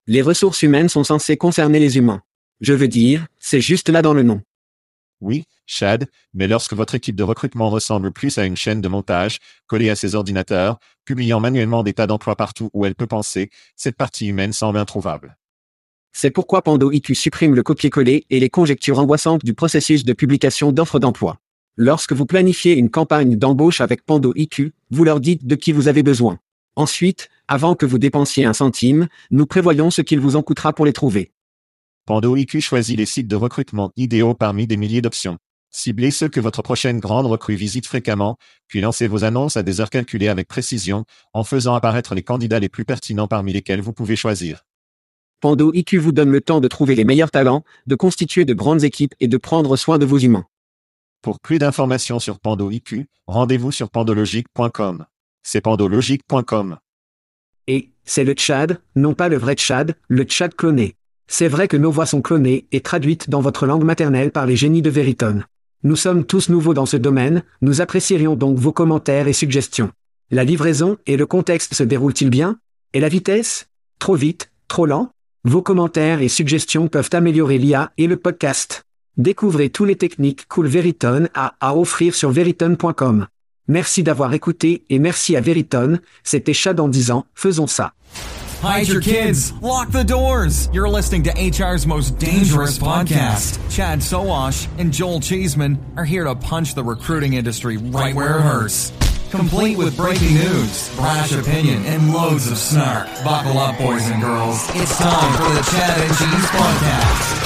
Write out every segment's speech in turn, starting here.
Les ressources humaines sont censées concerner les humains. Je veux dire, c'est juste là dans le nom. Oui, Chad, mais lorsque votre équipe de recrutement ressemble plus à une chaîne de montage, collée à ses ordinateurs, publiant manuellement des tas d'emplois partout où elle peut penser, cette partie humaine semble introuvable. C'est pourquoi Pando IQ supprime le copier-coller et les conjectures angoissantes du processus de publication d'offres d'emploi. Lorsque vous planifiez une campagne d'embauche avec Pando IQ, vous leur dites de qui vous avez besoin. Ensuite, avant que vous dépensiez un centime, nous prévoyons ce qu'il vous en coûtera pour les trouver. Pando IQ choisit les sites de recrutement idéaux parmi des milliers d'options. Ciblez ceux que votre prochaine grande recrue visite fréquemment, puis lancez vos annonces à des heures calculées avec précision, en faisant apparaître les candidats les plus pertinents parmi lesquels vous pouvez choisir. Pando IQ vous donne le temps de trouver les meilleurs talents, de constituer de grandes équipes et de prendre soin de vos humains. Pour plus d'informations sur Pando IQ, rendez-vous sur pandologique.com. C'est pandologique.com. Et, c'est le Tchad, non pas le vrai Tchad, le Tchad cloné. C'est vrai que nos voix sont clonées et traduites dans votre langue maternelle par les génies de Veritone. Nous sommes tous nouveaux dans ce domaine, nous apprécierions donc vos commentaires et suggestions. La livraison et le contexte se déroulent-ils bien? Et la vitesse? Trop vite? Trop lent? Vos commentaires et suggestions peuvent améliorer l'IA et le podcast. Découvrez tous les techniques cool Veritone a à offrir sur veritone.com. Merci d'avoir écouté et merci à Veritone, c'était Chad en disant, faisons ça. Hide your kids. Lock the doors. You're listening to HR's most dangerous podcast. Chad Sowash and Joel Cheeseman are here to punch the recruiting industry right where it hurts. Complete with breaking news, brash opinion, and loads of snark. Buckle up, boys and girls. It's time for the Chad and Cheese Podcast.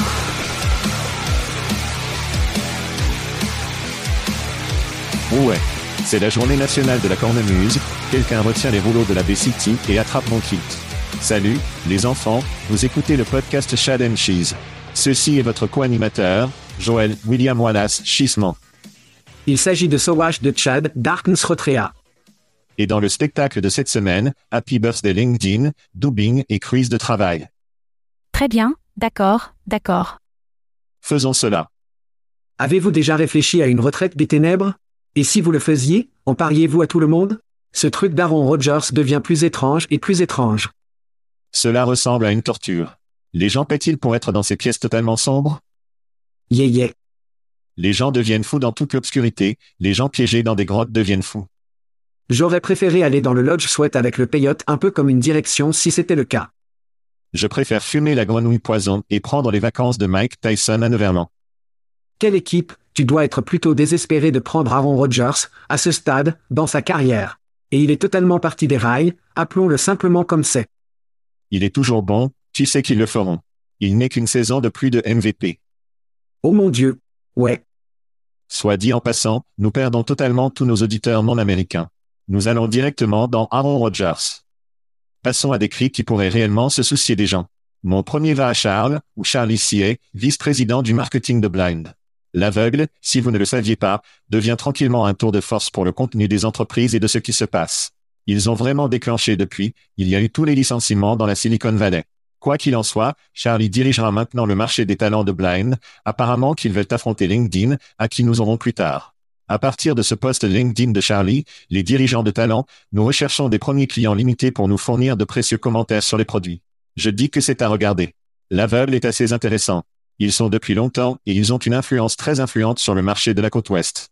Ouais. C'est la journée nationale de la cornemuse, quelqu'un retient les rouleaux de la B-City et attrape mon kit. Salut, les enfants, vous écoutez le podcast Chad and Cheese. Ceci est votre co-animateur, Joël William Wallace Cheeseman. Il s'agit de Sowash de Chad, Darkness Rotrea. Et dans le spectacle de cette semaine, Happy Birthday LinkedIn, dubbing et quiz de travail. Très bien, d'accord. Faisons cela. Avez-vous déjà réfléchi à une retraite des ténèbres? Et si vous le faisiez, en pariez-vous à tout le monde? Ce truc d'Aaron Rodgers devient plus étrange et plus étrange. Cela ressemble à une torture. Les gens paient-ils pour être dans ces pièces totalement sombres? Yeah. Les gens deviennent fous dans toute l'obscurité, les gens piégés dans des grottes deviennent fous. J'aurais préféré aller dans le Lodge Sweat avec le peyote un peu comme une direction si c'était le cas. Je préfère fumer la grenouille poison et prendre les vacances de Mike Tyson à Neverland. Quelle équipe? Tu dois être plutôt désespéré de prendre Aaron Rodgers, à ce stade, dans sa carrière. Et il est totalement parti des rails, appelons-le simplement comme c'est. Il est toujours bon, tu sais qu'ils le feront. Il n'est qu'une saison de plus de MVP. Oh mon Dieu. Ouais. Soit dit en passant, nous perdons totalement tous nos auditeurs non américains. Nous allons directement dans Aaron Rodgers. Passons à des cris qui pourraient réellement se soucier des gens. Mon premier va à Charles, ou Charlie C.A., vice-président du marketing de Blind. L'aveugle, si vous ne le saviez pas, devient tranquillement un tour de force pour le contenu des entreprises et de ce qui se passe. Ils ont vraiment déclenché depuis, il y a eu tous les licenciements dans la Silicon Valley. Quoi qu'il en soit, Charlie dirigera maintenant le marché des talents de Blind, apparemment qu'ils veulent affronter LinkedIn, à qui nous aurons plus tard. À partir de ce poste LinkedIn de Charlie, les dirigeants de talent, nous recherchons des premiers clients limités pour nous fournir de précieux commentaires sur les produits. Je dis que c'est à regarder. L'aveugle est assez intéressant. Ils sont depuis longtemps et ils ont une influence très influente sur le marché de la côte ouest.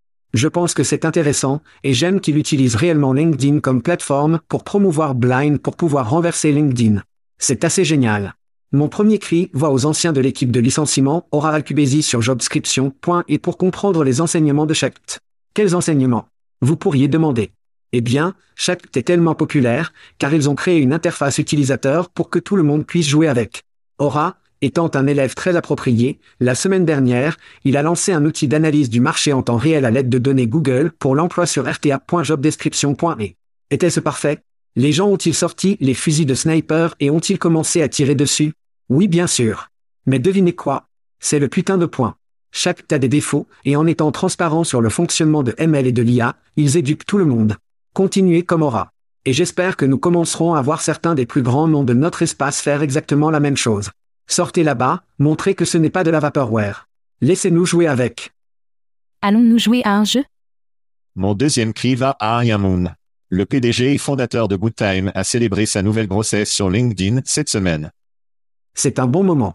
Je pense que c'est intéressant, et j'aime qu'il utilise réellement LinkedIn comme plateforme pour promouvoir Blind pour pouvoir renverser LinkedIn. C'est assez génial. Mon premier cri va aux anciens de l'équipe de licenciement Aura Alcubezi sur Jobscription. Et pour comprendre les enseignements de Shact. Quels enseignements? Vous pourriez demander. Eh bien, Shact est tellement populaire, car ils ont créé une interface utilisateur pour que tout le monde puisse jouer avec. Aura, étant un élève très approprié, la semaine dernière, il a lancé un outil d'analyse du marché en temps réel à l'aide de données Google pour l'emploi sur rta.jobdescription.et. Était-ce parfait? Les gens ont-ils sorti les fusils de sniper et ont-ils commencé à tirer dessus? Oui, bien sûr. Mais devinez quoi? C'est le putain de point. Shact a des défauts, et en étant transparent sur le fonctionnement de ML et de l'IA, ils éduquent tout le monde. Continuez comme Aura. Et j'espère que nous commencerons à voir certains des plus grands noms de notre espace faire exactement la même chose. Sortez là-bas, montrez que ce n'est pas de la vaporware. Laissez-nous jouer avec. Allons-nous jouer à un jeu? Mon deuxième cri va à Ayamoon. Le PDG et fondateur de GoodTime a célébré sa nouvelle grossesse sur LinkedIn cette semaine. C'est un bon moment.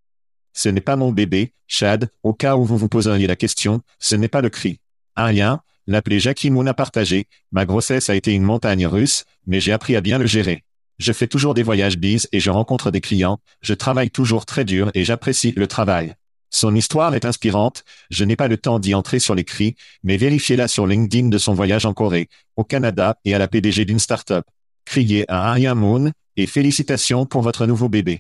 Ce n'est pas mon bébé, Chad, au cas où vous vous poseriez la question, ce n'est pas le cri. Rien, l'appelé Jackie Moon a partagé, ma grossesse a été une montagne russe, mais j'ai appris à bien le gérer. Je fais toujours des voyages biz et je rencontre des clients, je travaille toujours très dur et j'apprécie le travail. Son histoire est inspirante, je n'ai pas le temps d'y entrer sur les cris, mais vérifiez-la sur LinkedIn de son voyage en Corée, au Canada et à la PDG d'une start-up. Criez à Arya Moon, et félicitations pour votre nouveau bébé.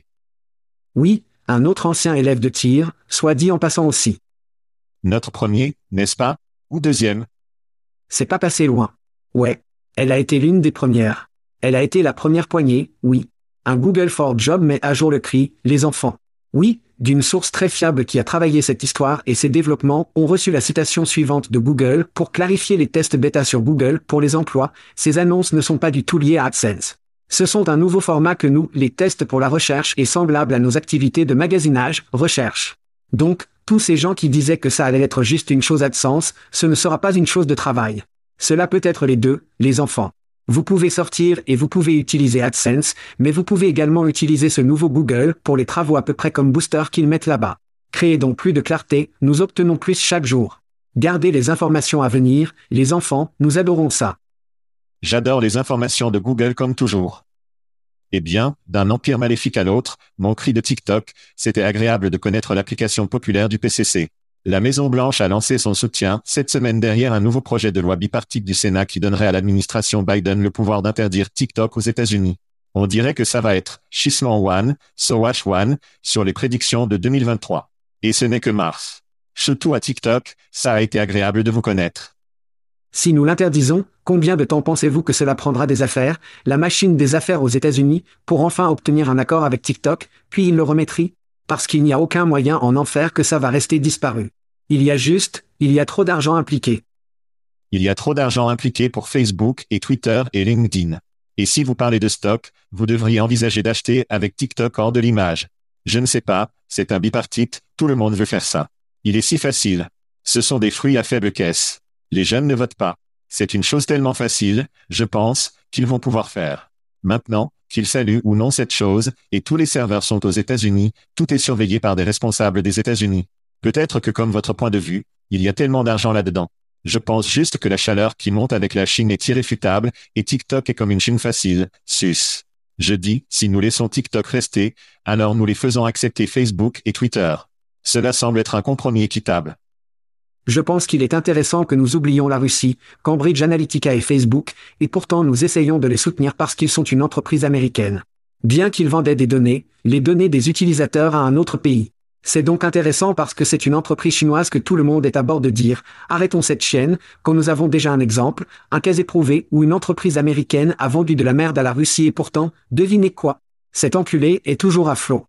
Oui, un autre ancien élève de tir, soit dit en passant aussi. Notre premier, n'est-ce pas? Ou deuxième? C'est pas passé loin. Ouais. Elle a été l'une des premières. Elle a été la première poignée, oui. Un Google for Job met à jour le cri, les enfants. Oui, d'une source très fiable qui a travaillé cette histoire et ses développements ont reçu la citation suivante de Google pour clarifier les tests bêta sur Google pour les emplois. Ces annonces ne sont pas du tout liées à AdSense. Ce sont un nouveau format que nous, les tests pour la recherche est semblable à nos activités de magasinage, recherche. Donc, tous ces gens qui disaient que ça allait être juste une chose AdSense, ce ne sera pas une chose de travail. Cela peut être les deux, les enfants. Vous pouvez sortir et vous pouvez utiliser AdSense, mais vous pouvez également utiliser ce nouveau Google pour les travaux à peu près comme booster qu'ils mettent là-bas. Créez donc plus de clarté, nous obtenons plus chaque jour. Gardez les informations à venir, les enfants, nous adorons ça. J'adore les informations de Google comme toujours. Eh bien, d'un empire maléfique à l'autre, mon cri de TikTok, c'était agréable de connaître l'application populaire du PCC. La Maison-Blanche a lancé son soutien cette semaine derrière un nouveau projet de loi bipartite du Sénat qui donnerait à l'administration Biden le pouvoir d'interdire TikTok aux États-Unis. On dirait que ça va être Chisman One, Sowash One, sur les prédictions de 2023. Et ce n'est que mars. Surtout à TikTok, ça a été agréable de vous connaître. Si nous l'interdisons, combien de temps pensez-vous que cela prendra des affaires, la machine des affaires aux États-Unis, pour enfin obtenir un accord avec TikTok, puis il le remettrait? Parce qu'il n'y a aucun moyen en enfer que ça va rester disparu. Il y a trop d'argent impliqué. Il y a trop d'argent impliqué pour Facebook et Twitter et LinkedIn. Et si vous parlez de stock, vous devriez envisager d'acheter avec TikTok hors de l'image. Je ne sais pas, c'est un bipartite, tout le monde veut faire ça. Il est si facile. Ce sont des fruits à faible caisse. Les jeunes ne votent pas. C'est une chose tellement facile, je pense, qu'ils vont pouvoir faire. Maintenant, qu'ils saluent ou non cette chose, et tous les serveurs sont aux États-Unis, tout est surveillé par des responsables des États-Unis. Peut-être que comme votre point de vue, il y a tellement d'argent là-dedans. Je pense juste que la chaleur qui monte avec la Chine est irréfutable, et TikTok est comme une Chine facile, sus. Je dis, si nous laissons TikTok rester, alors nous les faisons accepter Facebook et Twitter. Cela semble être un compromis équitable. Je pense qu'il est intéressant que nous oublions la Russie, Cambridge Analytica et Facebook, et pourtant nous essayons de les soutenir parce qu'ils sont une entreprise américaine. Bien qu'ils vendaient des données, les données des utilisateurs à un autre pays. C'est donc intéressant parce que c'est une entreprise chinoise que tout le monde est à bord de dire « Arrêtons cette chaîne », quand nous avons déjà un exemple, un cas éprouvé où une entreprise américaine a vendu de la merde à la Russie et pourtant, devinez quoi? Cet enculé est toujours à flot.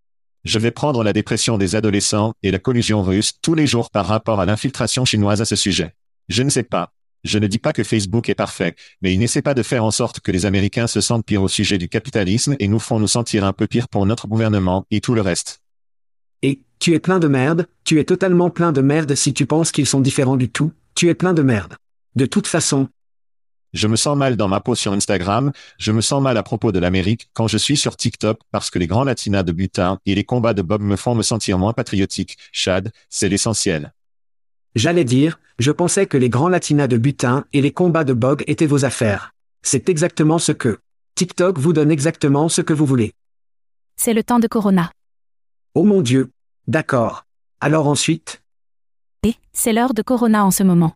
Je vais prendre la dépression des adolescents et la collusion russe tous les jours par rapport à l'infiltration chinoise à ce sujet. Je ne sais pas. Je ne dis pas que Facebook est parfait, mais il n'essaie pas de faire en sorte que les Américains se sentent pires au sujet du capitalisme et nous font nous sentir un peu pire pour notre gouvernement et tout le reste. Et, tu es plein de merde, tu es totalement plein de merde si tu penses qu'ils sont différents du tout, tu es plein de merde. De toute façon. Je me sens mal dans ma peau sur Instagram, je me sens mal à propos de l'Amérique quand je suis sur TikTok parce que les grands latinas de butin et les combats de Bob me font me sentir moins patriotique. Chad, c'est l'essentiel. J'allais dire, je pensais que les grands latinas de butin et les combats de Bog étaient vos affaires. C'est exactement ce que TikTok vous donne exactement ce que vous voulez. C'est le temps de Corona. Oh mon Dieu. D'accord. Alors ensuite? Et, c'est l'heure de Corona en ce moment.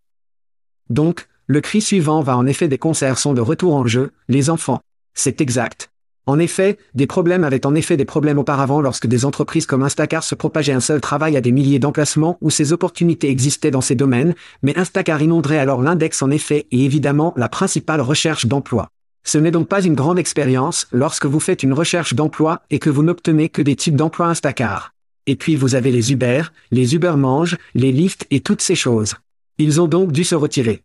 Donc, le cri suivant va en effet des concerts sont de retour en jeu, les enfants. C'est exact. En effet, des problèmes avaient en effet des problèmes auparavant lorsque des entreprises comme Instacart se propageaient un seul travail à des milliers d'emplacements où ces opportunités existaient dans ces domaines, mais Instacart inonderait alors l'index en effet et évidemment la principale recherche d'emploi. Ce n'est donc pas une grande expérience lorsque vous faites une recherche d'emploi et que vous n'obtenez que des types d'emploi Instacart. Et puis vous avez les Uber Mange, les Lyft et toutes ces choses. Ils ont donc dû se retirer.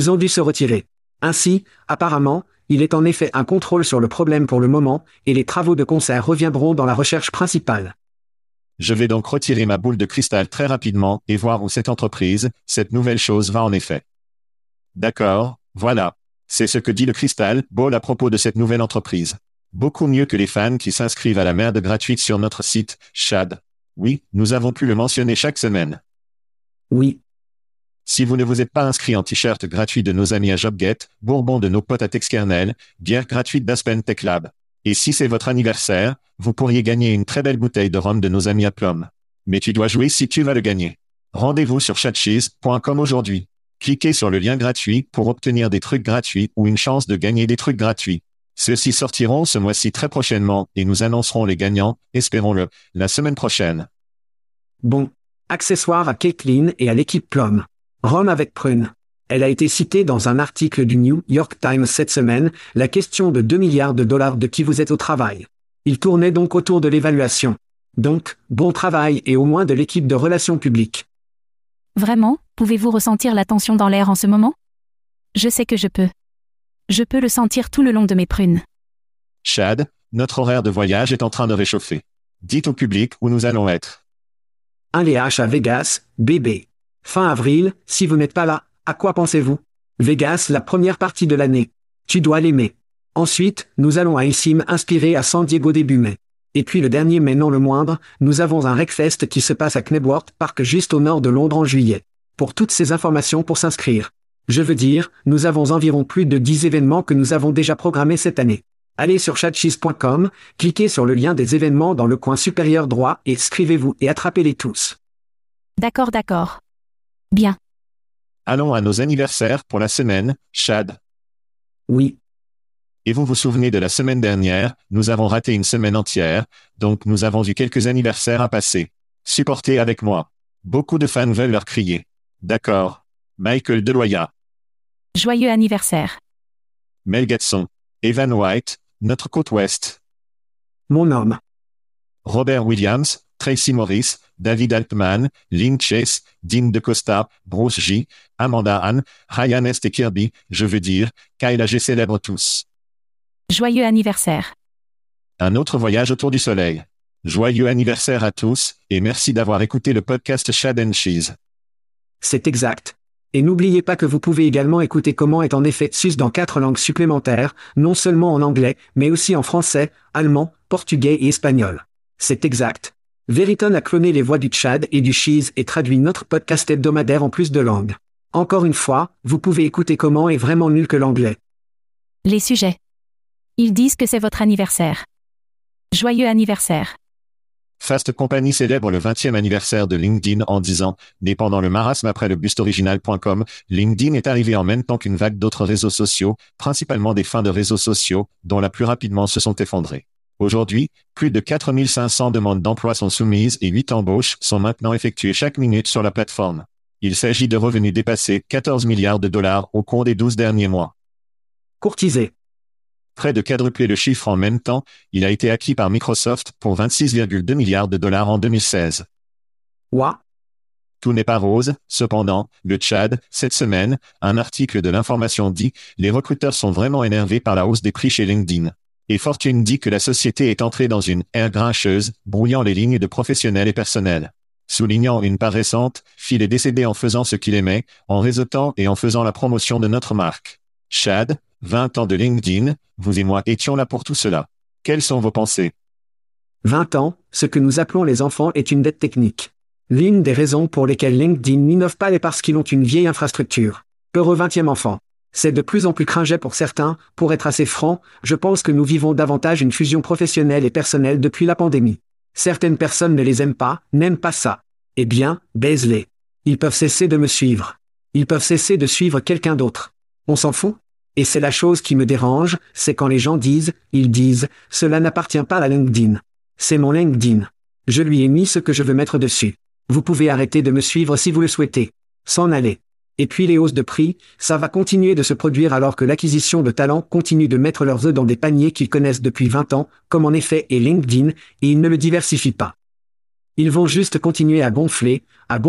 Ainsi, apparemment, il est en effet un contrôle sur le problème pour le moment, et les travaux de concert reviendront dans la recherche principale. Je vais donc retirer ma boule de cristal très rapidement et voir où cette entreprise, cette nouvelle chose va en effet. D'accord, voilà. C'est ce que dit le Crystal Ball à propos de cette nouvelle entreprise. Beaucoup mieux que les fans qui s'inscrivent à la merde gratuite sur notre site, Chad. Oui, nous avons pu le mentionner chaque semaine. Oui. Si vous ne vous êtes pas inscrit en t-shirt gratuit de nos amis à JobGet, bourbon de nos potes à Texkernel, bière gratuite d'Aspen Tech Lab. Et si c'est votre anniversaire, vous pourriez gagner une très belle bouteille de rhum de nos amis à Plum. Mais tu dois jouer si tu vas le gagner. Rendez-vous sur chatcheese.com aujourd'hui. Cliquez sur le lien gratuit pour obtenir des trucs gratuits ou une chance de gagner des trucs gratuits. Ceux-ci sortiront ce mois-ci très prochainement et nous annoncerons les gagnants, espérons-le, la semaine prochaine. Bon. Accessoire à Caitlin et à l'équipe Plum. Rhum avec prune. Elle a été citée dans un article du New York Times cette semaine, la question de 2 milliards de dollars de qui vous êtes au travail. Il tournait donc autour de l'évaluation. Donc, bon travail et au moins de l'équipe de relations publiques. Vraiment, pouvez-vous ressentir la tension dans l'air en ce moment? Je sais que je peux. Je peux le sentir tout le long de mes prunes. Chad, notre horaire de voyage est en train de réchauffer. Dites au public où nous allons être. Un LH à Vegas, bébé. Fin avril, si vous n'êtes pas là, à quoi pensez-vous? Vegas la première partie de l'année. Tu dois l'aimer. Ensuite, nous allons à Issim inspiré à San Diego début mai. Et puis le dernier mais non le moindre, nous avons un Wreckfest qui se passe à Knebworth Park juste au nord de Londres en juillet. Pour toutes ces informations pour s'inscrire. Je veux dire, nous avons environ plus de 10 événements que nous avons déjà programmés cette année. Allez sur chatcheese.com, cliquez sur le lien des événements dans le coin supérieur droit et inscrivez-vous et attrapez-les tous. D'accord. Bien. Allons à nos anniversaires pour la semaine, Chad. Oui. Et vous vous souvenez de la semaine dernière, nous avons raté une semaine entière, donc nous avons eu quelques anniversaires à passer. Supportez avec moi. Beaucoup de fans veulent leur crier. D'accord. Michael Deloya. Joyeux anniversaire. Mel Gatson. Evan White, notre côte ouest. Mon homme. Robert Williams, Tracy Morris, David Altman, Lynn Chase, Dean DeCosta, Bruce J., Amanda Ann, Ryan Est et Kirby, je veux dire, Kyle AG célèbre tous. Joyeux anniversaire. Un autre voyage autour du soleil. Joyeux anniversaire à tous, et merci d'avoir écouté le podcast Chad and Cheese. C'est exact. Et n'oubliez pas que vous pouvez également écouter Comment est en effet sus dans 4 langues supplémentaires, non seulement en anglais, mais aussi en français, allemand, portugais et espagnol. C'est exact. Veriton a cloné les voix du Chad et du Cheese et traduit notre podcast hebdomadaire en plus de langues. Encore une fois, vous pouvez écouter Comment est vraiment nul que l'anglais. Les sujets. Ils disent que c'est votre anniversaire. Joyeux anniversaire. Fast Company célèbre le 20e anniversaire de LinkedIn en disant « Né pendant le marasme après le bustoriginal.com, LinkedIn est arrivé en même temps qu'une vague d'autres réseaux sociaux, principalement des fins de réseaux sociaux, dont la plus rapidement se sont effondrés. Aujourd'hui, plus de 4500 demandes d'emploi sont soumises et 8 embauches sont maintenant effectuées chaque minute sur la plateforme. Il s'agit de revenus dépassés 14 milliards de dollars au cours des 12 derniers mois. Courtisé. Près de quadrupler le chiffre en même temps, il a été acquis par Microsoft pour 26,2 milliards de dollars en 2016. Ouah. Tout n'est pas rose, cependant, le Tchad, cette semaine, un article de l'information dit « Les recruteurs sont vraiment énervés par la hausse des prix chez LinkedIn ». Et Fortune dit que la société est entrée dans une « ère grincheuse », brouillant les lignes de professionnels et personnels. Soulignant une part récente, Phil est décédé en faisant ce qu'il aimait, en réseautant et en faisant la promotion de notre marque. Chad, 20 ans de LinkedIn, vous et moi étions là pour tout cela. Quelles sont vos pensées? 20 ans, ce que nous appelons les enfants est une dette technique. L'une des raisons pour lesquelles LinkedIn n'innove pas est parce qu'ils ont une vieille infrastructure. Heureux 20e enfant. C'est de plus en plus cringeant pour certains, pour être assez franc, je pense que nous vivons davantage une fusion professionnelle et personnelle depuis la pandémie. Certaines personnes ne les aiment pas, n'aiment pas ça. Eh bien, baise-les. Ils peuvent cesser de me suivre. Ils peuvent cesser de suivre quelqu'un d'autre. On s'en fout? Et c'est la chose qui me dérange, c'est quand les gens disent, cela n'appartient pas à LinkedIn. C'est mon LinkedIn. Je lui ai mis ce que je veux mettre dessus. Vous pouvez arrêter de me suivre si vous le souhaitez. S'en aller. Et puis les hausses de prix, ça va continuer de se produire alors que l'acquisition de talents continue de mettre leurs œufs dans des paniers qu'ils connaissent depuis 20 ans, comme en effet est LinkedIn, et ils ne le diversifient pas. Ils vont juste continuer à gonfler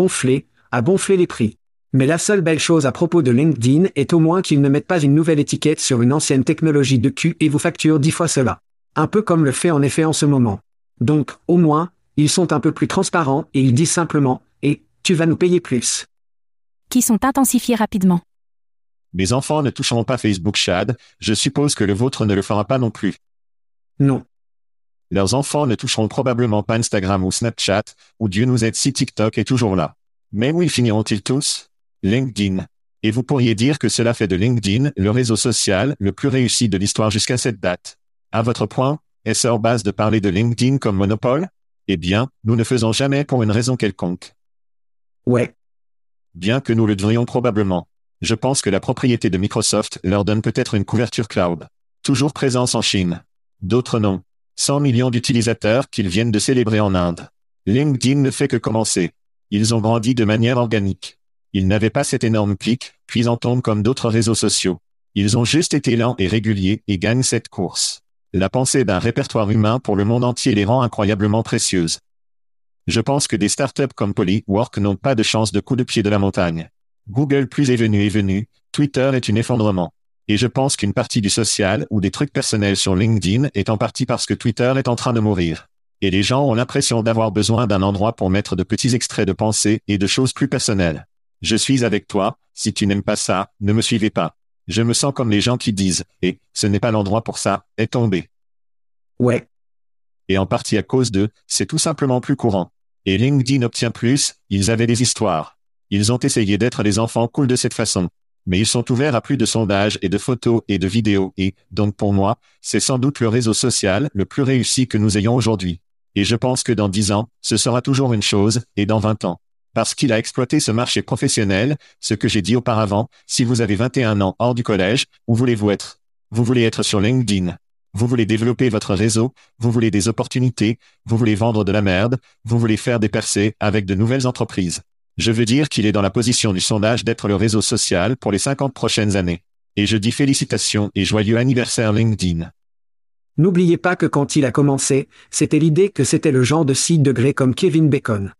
les prix. Mais la seule belle chose à propos de LinkedIn est au moins qu'ils ne mettent pas une nouvelle étiquette sur une ancienne technologie de cul et vous facturent 10 fois cela. Un peu comme le fait en effet en ce moment. Donc, au moins, ils sont un peu plus transparents et ils disent simplement « Et, tu vas nous payer plus ». Qui sont intensifiés rapidement. Mes enfants ne toucheront pas Facebook, Chad, je suppose que le vôtre ne le fera pas non plus. Non. Leurs enfants ne toucheront probablement pas Instagram ou Snapchat, ou Dieu nous aide si TikTok est toujours là. Mais où y finiront-ils tous? LinkedIn. Et vous pourriez dire que cela fait de LinkedIn le réseau social le plus réussi de l'histoire jusqu'à cette date. À votre point, est-ce hors base de parler de LinkedIn comme monopole? Eh bien, nous ne faisons jamais pour une raison quelconque. Ouais. Bien que nous le devrions probablement. Je pense que la propriété de Microsoft leur donne peut-être une couverture cloud. Toujours présence en Chine. D'autres non. 100 millions d'utilisateurs qu'ils viennent de célébrer en Inde. LinkedIn ne fait que commencer. Ils ont grandi de manière organique. Ils n'avaient pas cet énorme pic, puis en tombent comme d'autres réseaux sociaux. Ils ont juste été lents et réguliers et gagnent cette course. La pensée d'un répertoire humain pour le monde entier les rend incroyablement précieuses. Je pense que des startups comme Polywork n'ont pas de chance de coup de pied de la montagne. Google plus est venu, Twitter est un effondrement. Et je pense qu'une partie du social ou des trucs personnels sur LinkedIn est en partie parce que Twitter est en train de mourir. Et les gens ont l'impression d'avoir besoin d'un endroit pour mettre de petits extraits de pensée et de choses plus personnelles. Je suis avec toi, si tu n'aimes pas ça, ne me suivez pas. Je me sens comme les gens qui disent « Et, ce n'est pas l'endroit pour ça, est tombé ». Ouais. Et en partie à cause d'eux, c'est tout simplement plus courant. Et LinkedIn obtient plus, ils avaient des histoires. Ils ont essayé d'être des enfants cool de cette façon. Mais ils sont ouverts à plus de sondages et de photos et de vidéos et, donc pour moi, c'est sans doute le réseau social le plus réussi que nous ayons aujourd'hui. Et je pense que dans 10 ans, ce sera toujours une chose, et dans 20 ans. Parce qu'il a exploité ce marché professionnel, ce que j'ai dit auparavant, si vous avez 21 ans hors du collège, où voulez-vous être? Vous voulez être sur LinkedIn. Vous voulez développer votre réseau, vous voulez des opportunités, vous voulez vendre de la merde, vous voulez faire des percées avec de nouvelles entreprises. Je veux dire qu'il est dans la position du sondage d'être le réseau social pour les 50 prochaines années. Et je dis félicitations et joyeux anniversaire LinkedIn. N'oubliez pas que quand il a commencé, c'était l'idée que c'était le genre de site de gré comme Kevin Bacon.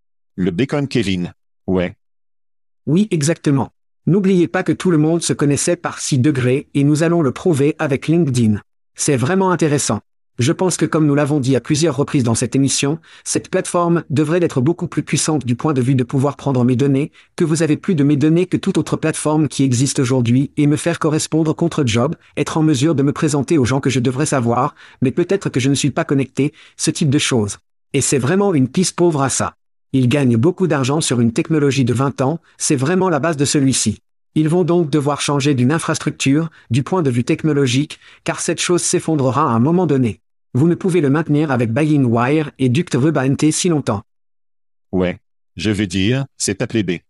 Le Bacon Kevin. Ouais. Oui, exactement. N'oubliez pas que tout le monde se connaissait par 6 degrés et nous allons le prouver avec LinkedIn. C'est vraiment intéressant. Je pense que comme nous l'avons dit à plusieurs reprises dans cette émission, cette plateforme devrait être beaucoup plus puissante du point de vue de pouvoir prendre mes données, que vous avez plus de mes données que toute autre plateforme qui existe aujourd'hui et me faire correspondre contre job, être en mesure de me présenter aux gens que je devrais savoir, mais peut-être que je ne suis pas connecté, ce type de choses. Et c'est vraiment une piste pauvre à ça. Ils gagnent beaucoup d'argent sur une technologie de 20 ans, c'est vraiment la base de celui-ci. Ils vont donc devoir changer d'une infrastructure, du point de vue technologique, car cette chose s'effondrera à un moment donné. Vous ne pouvez le maintenir avec Buying Wire et Duct Rubanté si longtemps. Ouais. Je veux dire, c'est appelé B.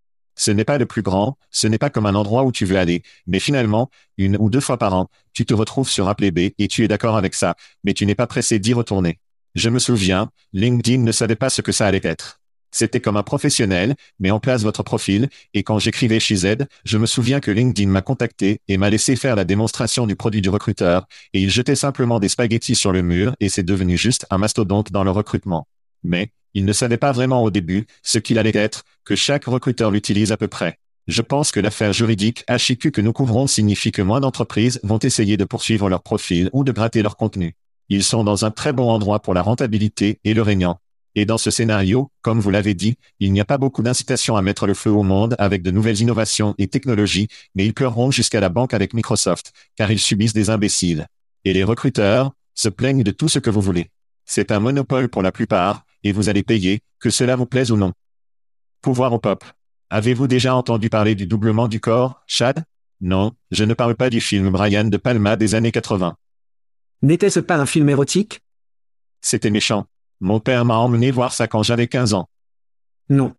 Ce n'est pas le plus grand, ce n'est pas comme un endroit où tu veux aller, mais finalement, 1 ou 2 fois par an, tu te retrouves sur appelé B et tu es d'accord avec ça, mais tu n'es pas pressé d'y retourner. Je me souviens, LinkedIn ne savait pas ce que ça allait être. C'était comme un professionnel, met en place votre profil, et quand j'écrivais chez Z, je me souviens que LinkedIn m'a contacté et m'a laissé faire la démonstration du produit du recruteur, et il jetait simplement des spaghettis sur le mur et c'est devenu juste un mastodonte dans le recrutement. Mais, il ne savait pas vraiment au début ce qu'il allait être, que chaque recruteur l'utilise à peu près. Je pense que l'affaire juridique HIQ que nous couvrons signifie que moins d'entreprises vont essayer de poursuivre leur profil ou de gratter leur contenu. Ils sont dans un très bon endroit pour la rentabilité et le régnant. Et dans ce scénario, comme vous l'avez dit, il n'y a pas beaucoup d'incitation à mettre le feu au monde avec de nouvelles innovations et technologies, mais ils pleureront jusqu'à la banque avec Microsoft, car ils subissent des imbéciles. Et les recruteurs se plaignent de tout ce que vous voulez. C'est un monopole pour la plupart, et vous allez payer, que cela vous plaise ou non. Pouvoir au pop. Avez-vous déjà entendu parler du doublement du corps, Chad? Non, je ne parle pas du film Brian De Palma des années 80. N'était-ce pas un film érotique? C'était méchant. Mon père m'a emmené voir ça quand j'avais 15 ans. Non.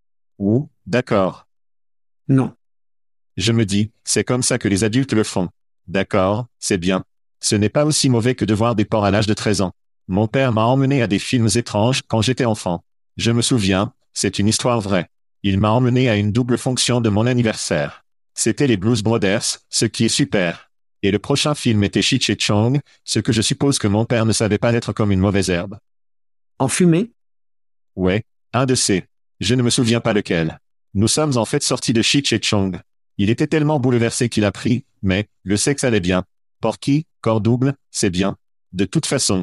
Ouh, d'accord. Non. Je me dis, c'est comme ça que les adultes le font. D'accord, c'est bien. Ce n'est pas aussi mauvais que de voir des porcs à l'âge de 13 ans. Mon père m'a emmené à des films étranges quand j'étais enfant. Je me souviens, c'est une histoire vraie. Il m'a emmené à une double fonction de mon anniversaire. C'était les Blues Brothers, ce qui est super. Et le prochain film était Cheech et Chong, ce que je suppose que mon père ne savait pas être comme une mauvaise herbe. En fumée? Ouais, un de ces. Je ne me souviens pas lequel. Nous sommes en fait sortis de Cheech et Chong. Il était tellement bouleversé qu'il a pris, mais, le sexe allait bien. Porky, corps double, c'est bien. De toute façon.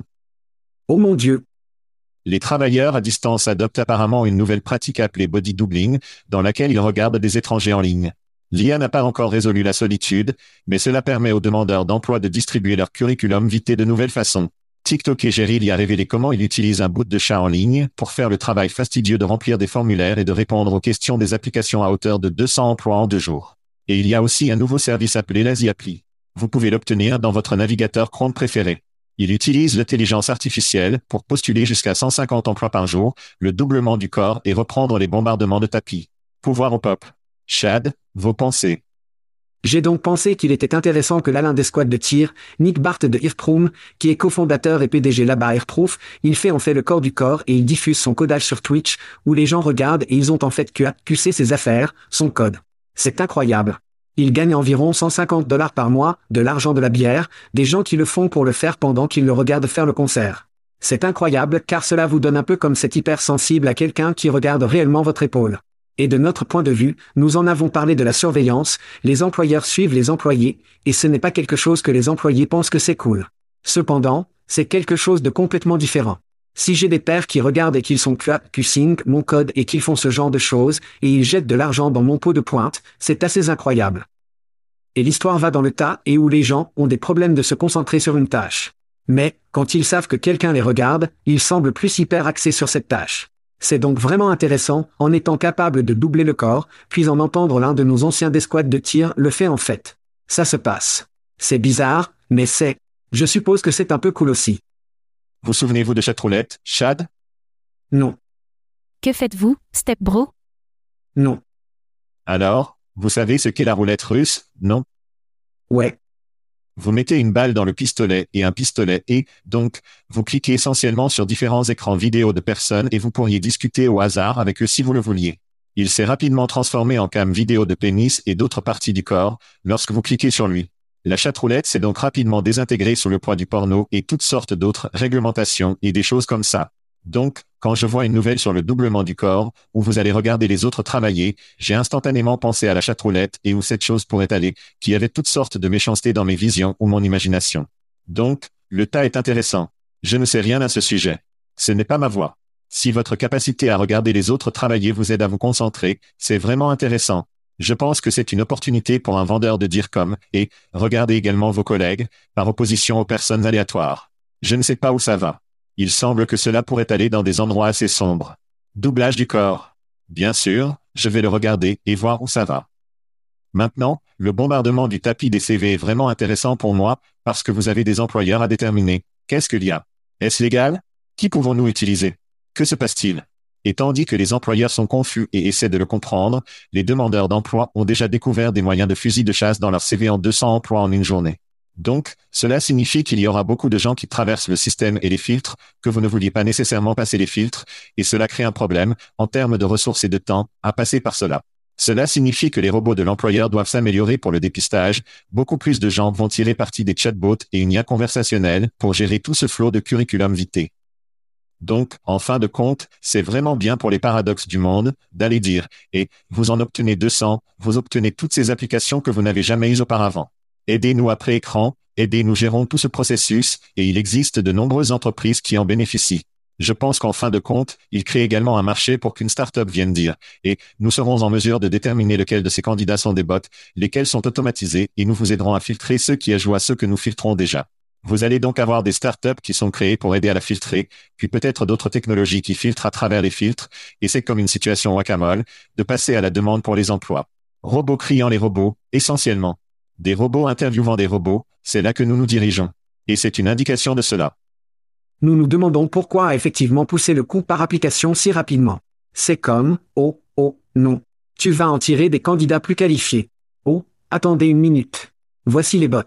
Oh mon Dieu! Les travailleurs à distance adoptent apparemment une nouvelle pratique appelée body doubling, dans laquelle ils regardent des étrangers en ligne. L'IA n'a pas encore résolu la solitude, mais cela permet aux demandeurs d'emploi de distribuer leur curriculum vitae de nouvelles façons. TikTok et Jerry y a révélé comment il utilise un bout de chat en ligne pour faire le travail fastidieux de remplir des formulaires et de répondre aux questions des applications à hauteur de 200 emplois en 2 jours. Et il y a aussi un nouveau service appelé Lazy Apply. Vous pouvez l'obtenir dans votre navigateur Chrome préféré. Il utilise l'intelligence artificielle pour postuler jusqu'à 150 emplois par jour, le doublement du corps et reprendre les bombardements de tapis. Pouvoir au peuple. Chad, vos pensées. J'ai donc pensé qu'il était intéressant que l'un des squads de tir, Nick Barth de Earthproom, qui est cofondateur et PDG là-bas Airproof, il fait en fait le corps du corps et il diffuse son codage sur Twitch, où les gens regardent et ils ont en fait QC ses affaires, son code. C'est incroyable. Il gagne environ $150 par mois, de l'argent de la bière, des gens qui le font pour le faire pendant qu'ils le regardent faire le concert. C'est incroyable car cela vous donne un peu comme cette hypersensible à quelqu'un qui regarde réellement votre épaule. Et de notre point de vue, nous en avons parlé de la surveillance, les employeurs suivent les employés, et ce n'est pas quelque chose que les employés pensent que c'est cool. Cependant, c'est quelque chose de complètement différent. Si j'ai des pères qui regardent et qu'ils sont QSync mon code et qu'ils font ce genre de choses, et ils jettent de l'argent dans mon pot de pointe, c'est assez incroyable. Et l'histoire va dans le tas et où les gens ont des problèmes de se concentrer sur une tâche. Mais, quand ils savent que quelqu'un les regarde, ils semblent plus hyper axés sur cette tâche. C'est donc vraiment intéressant, en étant capable de doubler le corps, puis en entendre l'un de nos anciens des squads de tir le fait en fait. Ça se passe. C'est bizarre, mais je suppose que c'est un peu cool aussi. Vous souvenez-vous de Chatroulette, Chad? Non. Que faites-vous, Step Bro? Non. Alors, vous savez ce qu'est la roulette russe, non? Ouais. Vous mettez une balle dans le pistolet et un pistolet et, donc, vous cliquez essentiellement sur différents écrans vidéo de personnes et vous pourriez discuter au hasard avec eux si vous le vouliez. Il s'est rapidement transformé en cam vidéo de pénis et d'autres parties du corps, lorsque vous cliquez sur lui. La chatroulette s'est donc rapidement désintégrée sous le poids du porno et toutes sortes d'autres réglementations et des choses comme ça. Donc, quand je vois une nouvelle sur le doublement du corps, où vous allez regarder les autres travailler, j'ai instantanément pensé à la chatroulette et où cette chose pourrait aller, qui avait toutes sortes de méchanceté dans mes visions ou mon imagination. Donc, le tas est intéressant. Je ne sais rien à ce sujet. Ce n'est pas ma voix. Si votre capacité à regarder les autres travailler vous aide à vous concentrer, c'est vraiment intéressant. Je pense que c'est une opportunité pour un vendeur de dire comme, et, regardez également vos collègues, par opposition aux personnes aléatoires. Je ne sais pas où ça va. Il semble que cela pourrait aller dans des endroits assez sombres. Doublage du corps. Bien sûr, je vais le regarder et voir où ça va. Maintenant, le bombardement du tapis des CV est vraiment intéressant pour moi, parce que vous avez des employeurs à déterminer. Qu'est-ce qu'il y a? Est-ce légal? Qui pouvons-nous utiliser? Que se passe-t-il? Et tandis que les employeurs sont confus et essaient de le comprendre, les demandeurs d'emploi ont déjà découvert des moyens de fusil de chasse dans leur CV en 200 emplois en une journée. Donc, cela signifie qu'il y aura beaucoup de gens qui traversent le système et les filtres, que vous ne vouliez pas nécessairement passer les filtres, et cela crée un problème, en termes de ressources et de temps, à passer par cela. Cela signifie que les robots de l'employeur doivent s'améliorer pour le dépistage, beaucoup plus de gens vont tirer parti des chatbots et une IA conversationnelle pour gérer tout ce flot de curriculum vitae. Donc, en fin de compte, c'est vraiment bien pour les paradoxes du monde, d'aller dire, et, vous en obtenez 200, vous obtenez toutes ces applications que vous n'avez jamais eues auparavant. Aidez-nous après écran, aidez-nous gérons tout ce processus, et il existe de nombreuses entreprises qui en bénéficient. Je pense qu'en fin de compte, il crée également un marché pour qu'une start-up vienne dire, et nous serons en mesure de déterminer lequel de ces candidats sont des bots, lesquels sont automatisés, et nous vous aiderons à filtrer ceux qui ajoutent à ceux que nous filtrons déjà. Vous allez donc avoir des start-up qui sont créées pour aider à la filtrer, puis peut-être d'autres technologies qui filtrent à travers les filtres, et c'est comme une situation whack-a-mole, de passer à la demande pour les emplois. Robots criant les robots, essentiellement. Des robots interviewant des robots, c'est là que nous nous dirigeons. Et c'est une indication de cela. Nous nous demandons pourquoi a effectivement poussé le coût par application si rapidement. C'est comme, oh, non. Tu vas en tirer des candidats plus qualifiés. Oh, attendez une minute. Voici les bots.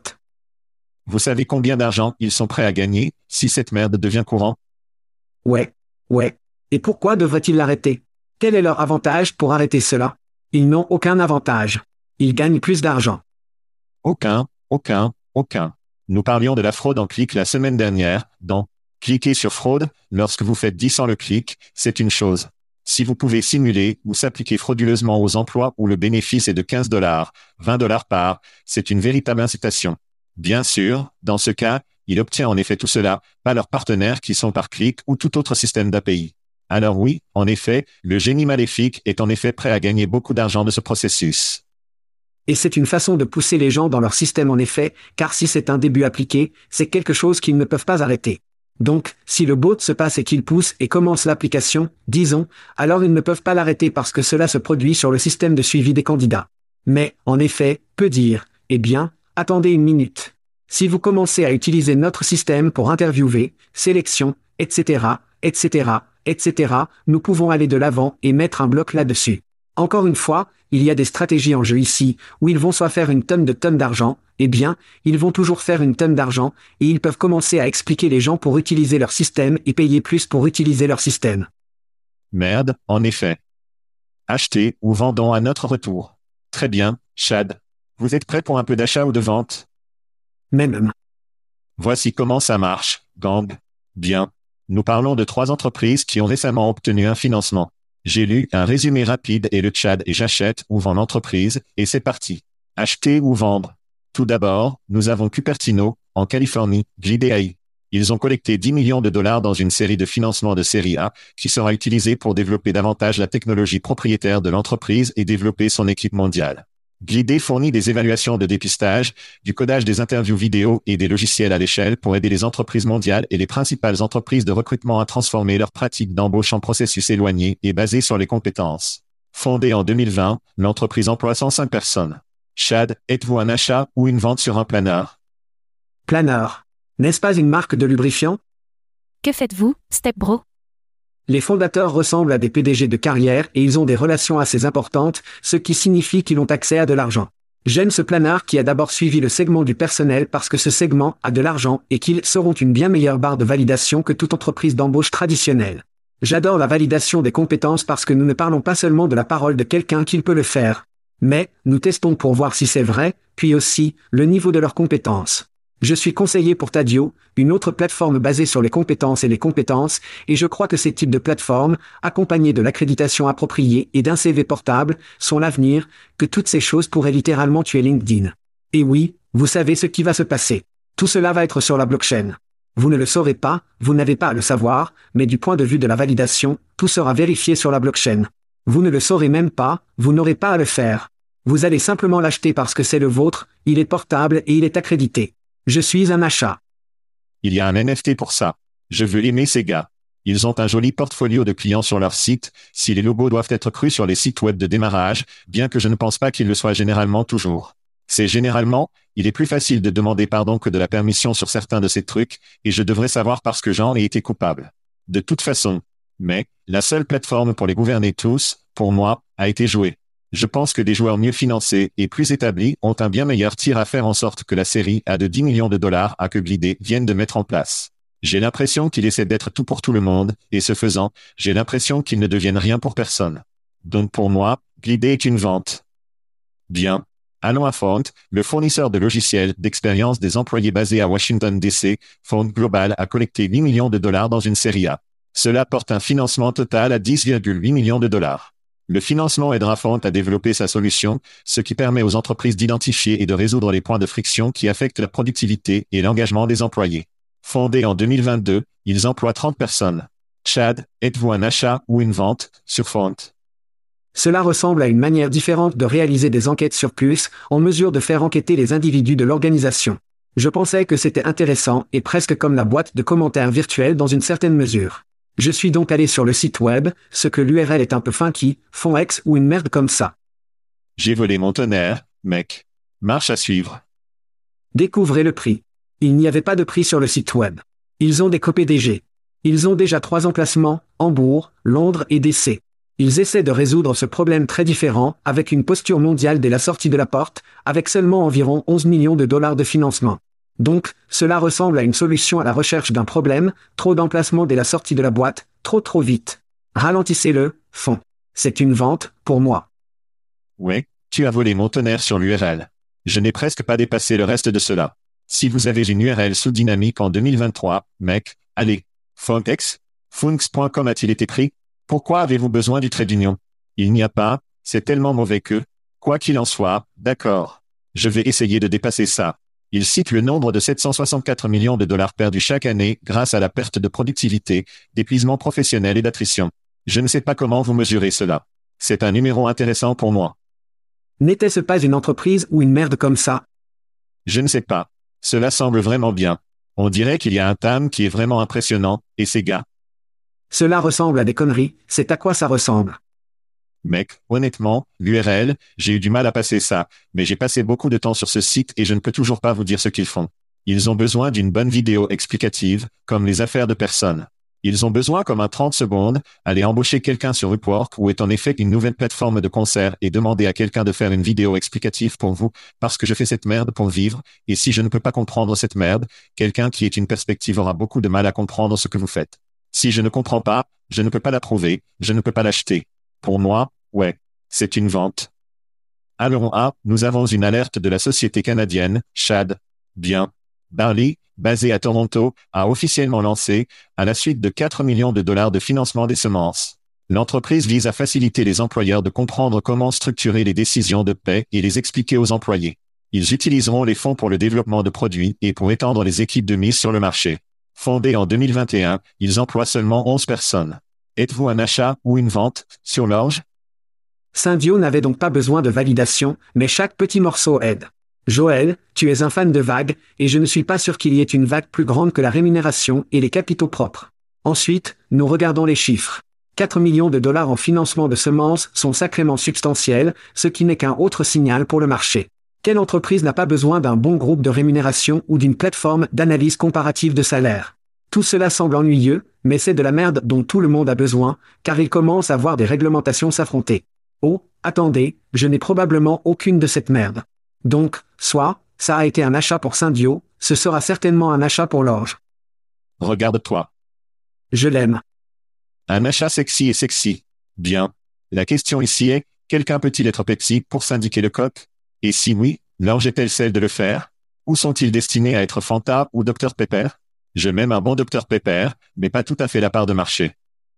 Vous savez combien d'argent ils sont prêts à gagner, si cette merde devient courant? Ouais. Et pourquoi devraient-ils l'arrêter? Quel est leur avantage pour arrêter cela? Ils n'ont aucun avantage. Ils gagnent plus d'argent. Aucun. Nous parlions de la fraude en clic la semaine dernière, dans « Cliquez sur fraude », lorsque vous faites 10 sans le clic, c'est une chose. Si vous pouvez simuler ou s'appliquer frauduleusement aux emplois où le bénéfice est de $15, $20 par, c'est une véritable incitation. Bien sûr, dans ce cas, il obtient en effet tout cela, pas leurs partenaires qui sont par clic ou tout autre système d'API. Alors oui, en effet, le génie maléfique est en effet prêt à gagner beaucoup d'argent de ce processus. Et c'est une façon de pousser les gens dans leur système en effet, car si c'est un début appliqué, c'est quelque chose qu'ils ne peuvent pas arrêter. Donc, si le bot se passe et qu'il pousse et commence l'application, disons, alors ils ne peuvent pas l'arrêter parce que cela se produit sur le système de suivi des candidats. Mais, en effet, peut dire, eh bien, attendez une minute. Si vous commencez à utiliser notre système pour interviewer, sélection, etc., etc., etc., nous pouvons aller de l'avant et mettre un bloc là-dessus. Encore une fois, il y a des stratégies en jeu ici, où ils vont soit faire une tonne d'argent, eh bien, ils vont toujours faire une tonne d'argent, et ils peuvent commencer à expliquer les gens pour utiliser leur système et payer plus pour utiliser leur système. Merde, en effet. Achetez ou vendons à notre retour. Très bien, Chad. Vous êtes prêt pour un peu d'achat ou de vente? Même. Voici comment ça marche, gang. Bien. Nous parlons de 3 entreprises qui ont récemment obtenu un financement. J'ai lu un résumé rapide et le Chad et j'achète ou vends l'entreprise, et c'est parti. Acheter ou vendre. Tout d'abord, nous avons Cupertino, en Californie, JDI. Ils ont collecté 10 millions de dollars dans une série de financements de série A, qui sera utilisée pour développer davantage la technologie propriétaire de l'entreprise et développer son équipe mondiale. Glidé fournit des évaluations de dépistage, du codage des interviews vidéo et des logiciels à l'échelle pour aider les entreprises mondiales et les principales entreprises de recrutement à transformer leurs pratiques d'embauche en processus éloignés et basés sur les compétences. Fondée en 2020, l'entreprise emploie 105 personnes. Chad, êtes-vous un achat ou une vente sur un planeur? Planeur. N'est-ce pas une marque de lubrifiant? Que faites-vous, Stepbro? Les fondateurs ressemblent à des PDG de carrière et ils ont des relations assez importantes, ce qui signifie qu'ils ont accès à de l'argent. J'aime ce planeur qui a d'abord suivi le segment du personnel parce que ce segment a de l'argent et qu'ils seront une bien meilleure barre de validation que toute entreprise d'embauche traditionnelle. J'adore la validation des compétences parce que nous ne parlons pas seulement de la parole de quelqu'un qui peut le faire. Mais, nous testons pour voir si c'est vrai, puis aussi, le niveau de leurs compétences. Je suis conseiller pour Tadio, une autre plateforme basée sur les compétences, et je crois que ces types de plateformes, accompagnées de l'accréditation appropriée et d'un CV portable, sont l'avenir, que toutes ces choses pourraient littéralement tuer LinkedIn. Et oui, vous savez ce qui va se passer. Tout cela va être sur la blockchain. Vous ne le saurez pas, vous n'avez pas à le savoir, mais du point de vue de la validation, tout sera vérifié sur la blockchain. Vous ne le saurez même pas, vous n'aurez pas à le faire. Vous allez simplement l'acheter parce que c'est le vôtre, il est portable et il est accrédité. Je suis un achat. Il y a un NFT pour ça. Je veux aimer ces gars. Ils ont un joli portfolio de clients sur leur site, si les logos doivent être crus sur les sites web de démarrage, bien que je ne pense pas qu'ils le soient généralement toujours. C'est généralement, il est plus facile de demander pardon que de la permission sur certains de ces trucs, et je devrais savoir parce que j'en ai été coupable. De toute façon. Mais, la seule plateforme pour les gouverner tous, pour moi, a été jouée. Je pense que des joueurs mieux financés et plus établis ont un bien meilleur tir à faire en sorte que la série A de 10 millions de dollars à que Glidé vienne de mettre en place. J'ai l'impression qu'il essaie d'être tout pour tout le monde, et ce faisant, j'ai l'impression qu'il ne devienne rien pour personne. Donc pour moi, Glidé est une vente. Bien. Allons à Font, le fournisseur de logiciels d'expérience des employés basé à Washington DC. Font Global a collecté 8 millions de dollars dans une série A. Cela porte un financement total à 10,8 millions de dollars. Le financement aidera Font à développer sa solution, ce qui permet aux entreprises d'identifier et de résoudre les points de friction qui affectent la productivité et l'engagement des employés. Fondé en 2022, ils emploient 30 personnes. Chad, êtes-vous un achat ou une vente sur Font? Cela ressemble à une manière différente de réaliser des enquêtes sur plus, en mesure de faire enquêter les individus de l'organisation. Je pensais que c'était intéressant et presque comme la boîte de commentaires virtuelle dans une certaine mesure. Je suis donc allé sur le site web, ce que l'URL est un peu funky, FondX ou une merde comme ça. J'ai volé mon tonnerre, mec. Marche à suivre. Découvrez le prix. Il n'y avait pas de prix sur le site web. Ils ont des co-PDG. Ils ont déjà 3 emplacements, Hambourg, Londres et DC. Ils essaient de résoudre ce problème très différent, avec une posture mondiale dès la sortie de la porte, avec seulement environ 11 millions de dollars de financement. Donc, cela ressemble à une solution à la recherche d'un problème, trop d'emplacements dès la sortie de la boîte, trop vite. Ralentissez-le, Font. C'est une vente, pour moi. Ouais, tu as volé mon tonnerre sur l'URL. Je n'ai presque pas dépassé le reste de cela. Si vous avez une URL sous dynamique en 2023, mec, allez. Fontex? Funks.com a-t-il été pris? Pourquoi avez-vous besoin du trait d'union? Il n'y a pas, c'est tellement mauvais que... Quoi qu'il en soit, d'accord. Je vais essayer de dépasser ça. Il cite le nombre de 764 millions de dollars perdus chaque année grâce à la perte de productivité, d'épuisement professionnel et d'attrition. Je ne sais pas comment vous mesurez cela. C'est un numéro intéressant pour moi. N'était-ce pas une entreprise ou une merde comme ça? Je ne sais pas. Cela semble vraiment bien. On dirait qu'il y a un thème qui est vraiment impressionnant, et ces gars. Cela ressemble à des conneries, c'est à quoi ça ressemble. Mec, honnêtement, l'URL, j'ai eu du mal à passer ça, mais j'ai passé beaucoup de temps sur ce site et je ne peux toujours pas vous dire ce qu'ils font. Ils ont besoin d'une bonne vidéo explicative, comme les affaires de personnes. Ils ont besoin comme un 30 secondes, aller embaucher quelqu'un sur Upwork ou est en effet une nouvelle plateforme de concert et demander à quelqu'un de faire une vidéo explicative pour vous, parce que je fais cette merde pour vivre, et si je ne peux pas comprendre cette merde, quelqu'un qui est une perspective aura beaucoup de mal à comprendre ce que vous faites. Si je ne comprends pas, je ne peux pas l'approuver, je ne peux pas l'acheter. Pour moi, ouais, c'est une vente. Alors nous avons une alerte de la société canadienne, Chad. Bien. Barley, basé à Toronto, a officiellement lancé, à la suite de 4 millions de dollars de financement des semences. L'entreprise vise à faciliter les employeurs de comprendre comment structurer les décisions de paie et les expliquer aux employés. Ils utiliseront les fonds pour le développement de produits et pour étendre les équipes de mise sur le marché. Fondés en 2021, ils emploient seulement 11 personnes. Êtes-vous un achat ou une vente, sur l'orge? Syndio n'avait donc pas besoin de validation, mais chaque petit morceau aide. Joël, tu es un fan de vagues, et je ne suis pas sûr qu'il y ait une vague plus grande que la rémunération et les capitaux propres. Ensuite, nous regardons les chiffres. 4 millions de dollars en financement de semences sont sacrément substantiels, ce qui n'est qu'un autre signal pour le marché. Quelle entreprise n'a pas besoin d'un bon groupe de rémunération ou d'une plateforme d'analyse comparative de salaire? Tout cela semble ennuyeux, mais c'est de la merde dont tout le monde a besoin, car il commence à voir des réglementations s'affronter. Oh, attendez, je n'ai probablement aucune de cette merde. Donc, soit, ça a été un achat pour Syndio, ce sera certainement un achat pour l'orge. Regarde-toi. Je l'aime. Un achat sexy et sexy. Bien. La question ici est, quelqu'un peut-il être Pepsi pour syndiquer le coq? Et si oui, l'orge est-elle celle de le faire? Ou sont-ils destinés à être Fanta ou Dr Pepper? Je m'aime un bon Dr Pepper, mais pas tout à fait la part de marché.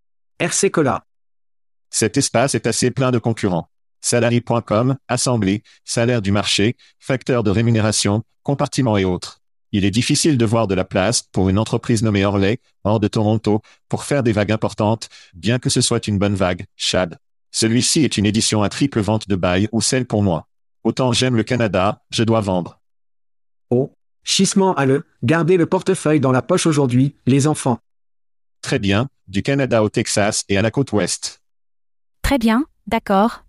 RC Cola. Cet espace est assez plein de concurrents. Salary.com, assemblée, salaire du marché, facteurs de rémunération, compartiments et autres. Il est difficile de voir de la place pour une entreprise nommée Orley, hors de Toronto, pour faire des vagues importantes, bien que ce soit une bonne vague, Chad. Celui-ci est une édition à triple vente de bail ou celle pour moi. Autant j'aime le Canada, je dois vendre. Oh, chissement à le, gardez le portefeuille dans la poche aujourd'hui, les enfants. Très bien, du Canada au Texas et à la côte ouest. Très bien, d'accord.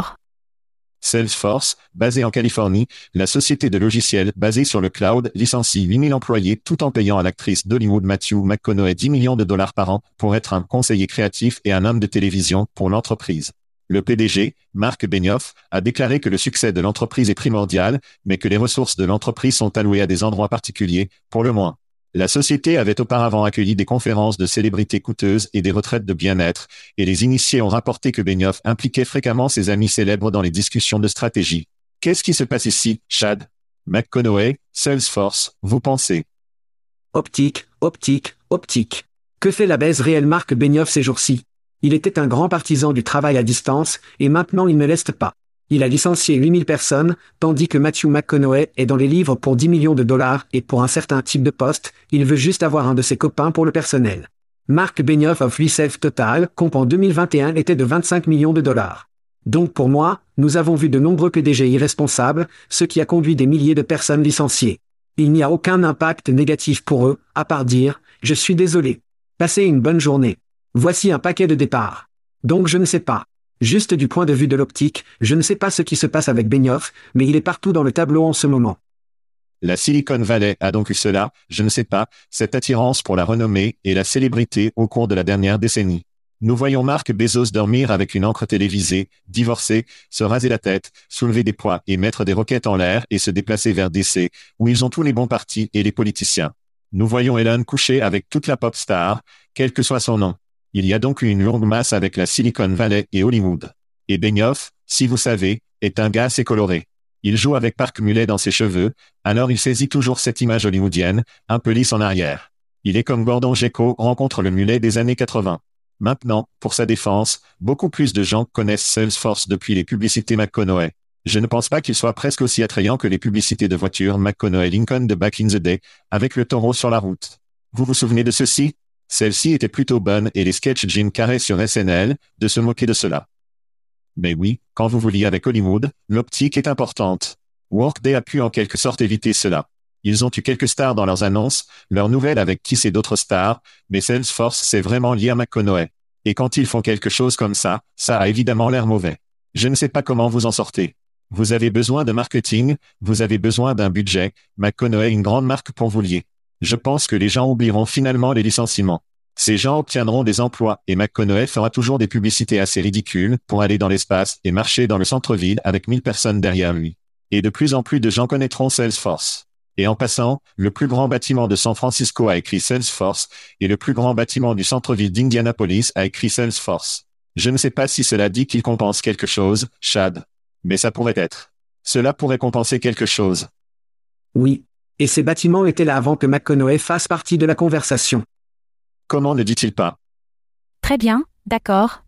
Salesforce, basée en Californie, la société de logiciels basée sur le cloud licencie 8000 employés tout en payant à l'actrice d'Hollywood Matthew McConaughey 10 millions de dollars par an pour être un conseiller créatif et un homme de télévision pour l'entreprise. Le PDG, Marc Benioff, a déclaré que le succès de l'entreprise est primordial, mais que les ressources de l'entreprise sont allouées à des endroits particuliers, pour le moins. La société avait auparavant accueilli des conférences de célébrités coûteuses et des retraites de bien-être, et les initiés ont rapporté que Benioff impliquait fréquemment ses amis célèbres dans les discussions de stratégie. Qu'est-ce qui se passe ici, Chad? McConaughey, Salesforce, vous pensez? Optique. Que fait la baise réelle Marc Benioff ces jours-ci? Il était un grand partisan du travail à distance, et maintenant il ne laisse pas. Il a licencié 8000 personnes, tandis que Matthew McConaughey est dans les livres pour 10 millions de dollars et pour un certain type de poste, il veut juste avoir un de ses copains pour le personnel. Marc Benioff of Self Total Comp en 2021 était de 25 millions de dollars. Donc pour moi, nous avons vu de nombreux PDG irresponsables, ce qui a conduit des milliers de personnes licenciées. Il n'y a aucun impact négatif pour eux, à part dire « Je suis désolé. Passez une bonne journée. Voici un paquet de départ. » Donc je ne sais pas. Juste du point de vue de l'optique, je ne sais pas ce qui se passe avec Benioff, mais il est partout dans le tableau en ce moment. La Silicon Valley a donc eu cela, je ne sais pas, cette attirance pour la renommée et la célébrité au cours de la dernière décennie. Nous voyons Marc Bezos dormir avec une encre télévisée, divorcer, se raser la tête, soulever des poids et mettre des roquettes en l'air et se déplacer vers DC, où ils ont tous les bons partis et les politiciens. Nous voyons Elon coucher avec toute la pop star, quel que soit son nom. Il y a donc eu une longue masse avec la Silicon Valley et Hollywood. Et Benioff, si vous savez, est un gars assez coloré. Il joue avec Park Mulet dans ses cheveux, alors il saisit toujours cette image hollywoodienne, un peu lisse en arrière. Il est comme Gordon Gekko rencontre le mulet des années 80. Maintenant, pour sa défense, beaucoup plus de gens connaissent Salesforce depuis les publicités McConaughey. Je ne pense pas qu'il soit presque aussi attrayant que les publicités de voitures McConaughey Lincoln de Back in the Day, avec le taureau sur la route. Vous vous souvenez de ceci? Celle-ci était plutôt bonne et les sketchs Jim Carrey sur SNL, de se moquer de cela. Mais oui, quand vous vouliez avec Hollywood, l'optique est importante. Workday a pu en quelque sorte éviter cela. Ils ont eu quelques stars dans leurs annonces, leurs nouvelles avec Kiss et d'autres stars, mais Salesforce c'est vraiment lié à McConaughey. Et quand ils font quelque chose comme ça a évidemment l'air mauvais. Je ne sais pas comment vous en sortez. Vous avez besoin de marketing, vous avez besoin d'un budget, McConaughey est une grande marque pour vous lier. Je pense que les gens oublieront finalement les licenciements. Ces gens obtiendront des emplois et McConaughey fera toujours des publicités assez ridicules pour aller dans l'espace et marcher dans le centre-ville avec 1000 personnes derrière lui. Et de plus en plus de gens connaîtront Salesforce. Et en passant, le plus grand bâtiment de San Francisco a écrit Salesforce et le plus grand bâtiment du centre-ville d'Indianapolis a écrit Salesforce. Je ne sais pas si cela dit qu'il compense quelque chose, Chad. Mais ça pourrait être. Cela pourrait compenser quelque chose. Oui. Et ces bâtiments étaient là avant que McConaughey fasse partie de la conversation. Comment ne dit-il pas? Très bien, d'accord.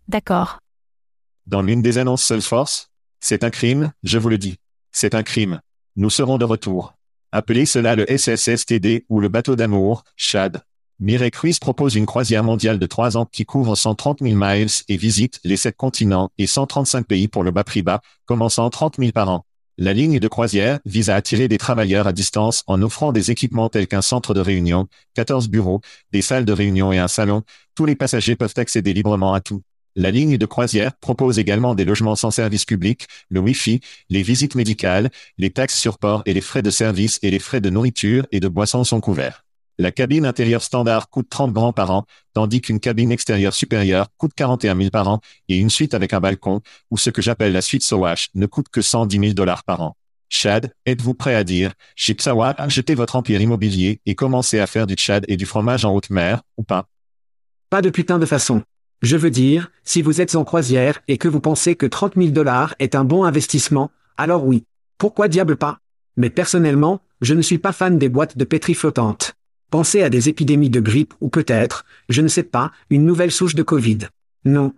Dans l'une des annonces Salesforce? C'est un crime, je vous le dis. C'est un crime. Nous serons de retour. Appelez cela le SSSTD ou le bateau d'amour, Chad. Mireille Cruises propose une croisière mondiale de 3 ans qui couvre 130 000 miles et visite les 7 continents et 135 pays pour le bas prix bas, commençant 30 000 par an. La ligne de croisière vise à attirer des travailleurs à distance en offrant des équipements tels qu'un centre de réunion, 14 bureaux, des salles de réunion et un salon. Tous les passagers peuvent accéder librement à tout. La ligne de croisière propose également des logements sans service public, le Wi-Fi, les visites médicales, les taxes sur port et les frais de service et les frais de nourriture et de boissons sont couverts. La cabine intérieure standard coûte 30 grand par an, tandis qu'une cabine extérieure supérieure coûte 41 000 par an, et une suite avec un balcon, ou ce que j'appelle la suite Sowash, ne coûte que 110 000 $ par an. Chad, êtes-vous prêt à dire, Chipsawa, achetez votre empire immobilier et commencez à faire du Chad et du fromage en haute mer, ou pas? Pas de putain de façon. Je veux dire, si vous êtes en croisière et que vous pensez que 30 000 $ est un bon investissement, alors oui. Pourquoi diable pas? Mais personnellement, je ne suis pas fan des boîtes de pétri flottantes. Pensez à des épidémies de grippe ou peut-être, je ne sais pas, une nouvelle souche de Covid. Non.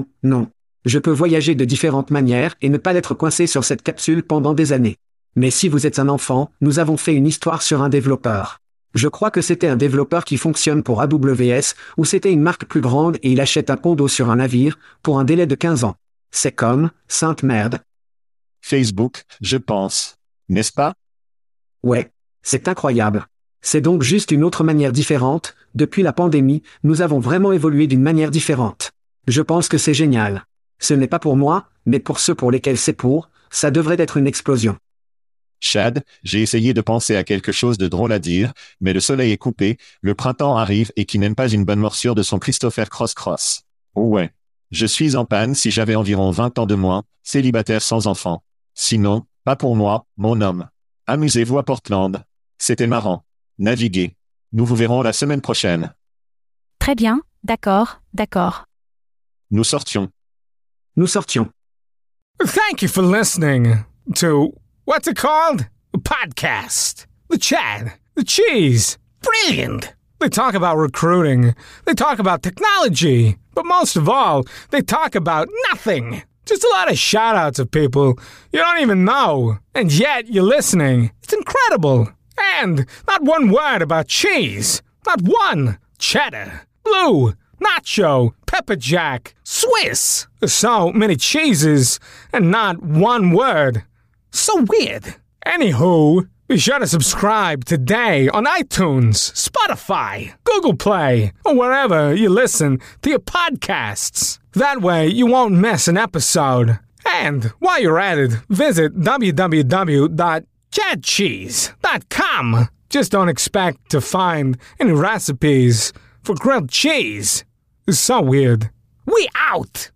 Je peux voyager de différentes manières et ne pas être coincé sur cette capsule pendant des années. Mais si vous êtes un enfant, nous avons fait une histoire sur un développeur. Je crois que c'était un développeur qui fonctionne pour AWS, ou c'était une marque plus grande et il achète un condo sur un navire, pour un délai de 15 ans. C'est comme, sainte merde. Facebook, je pense. N'est-ce pas? Ouais. C'est incroyable. C'est donc juste une autre manière différente. Depuis la pandémie, nous avons vraiment évolué d'une manière différente. Je pense que c'est génial. Ce n'est pas pour moi, mais pour ceux pour lesquels c'est pour, ça devrait être une explosion. Chad, j'ai essayé de penser à quelque chose de drôle à dire, mais le soleil est coupé, le printemps arrive et qui n'aime pas une bonne morsure de son Christopher Cross. Oh ouais. Je suis en panne si j'avais environ 20 ans de moins, célibataire sans enfant. Sinon, pas pour moi, mon homme. Amusez-vous à Portland. C'était marrant. Naviguez. Nous vous verrons la semaine prochaine. Très bien, d'accord. Nous sortions. Thank you for listening to, what's it called? A podcast. The Chad. The Cheese. Brilliant. They talk about recruiting. They talk about technology. But most of all, they talk about nothing. Just a lot of shout-outs of people you don't even know. And yet you're listening. It's incredible. And not one word about cheese. Not one. Cheddar. Blue. Nacho. Pepper Jack. Swiss. So many cheeses. And not one word. So weird. Anywho, be sure to subscribe today on iTunes, Spotify, Google Play, or wherever you listen to your podcasts. That way you won't miss an episode. And while you're at it, visit www.chadcheese.com. Just don't expect to find any recipes for grilled cheese. It's so weird. We out!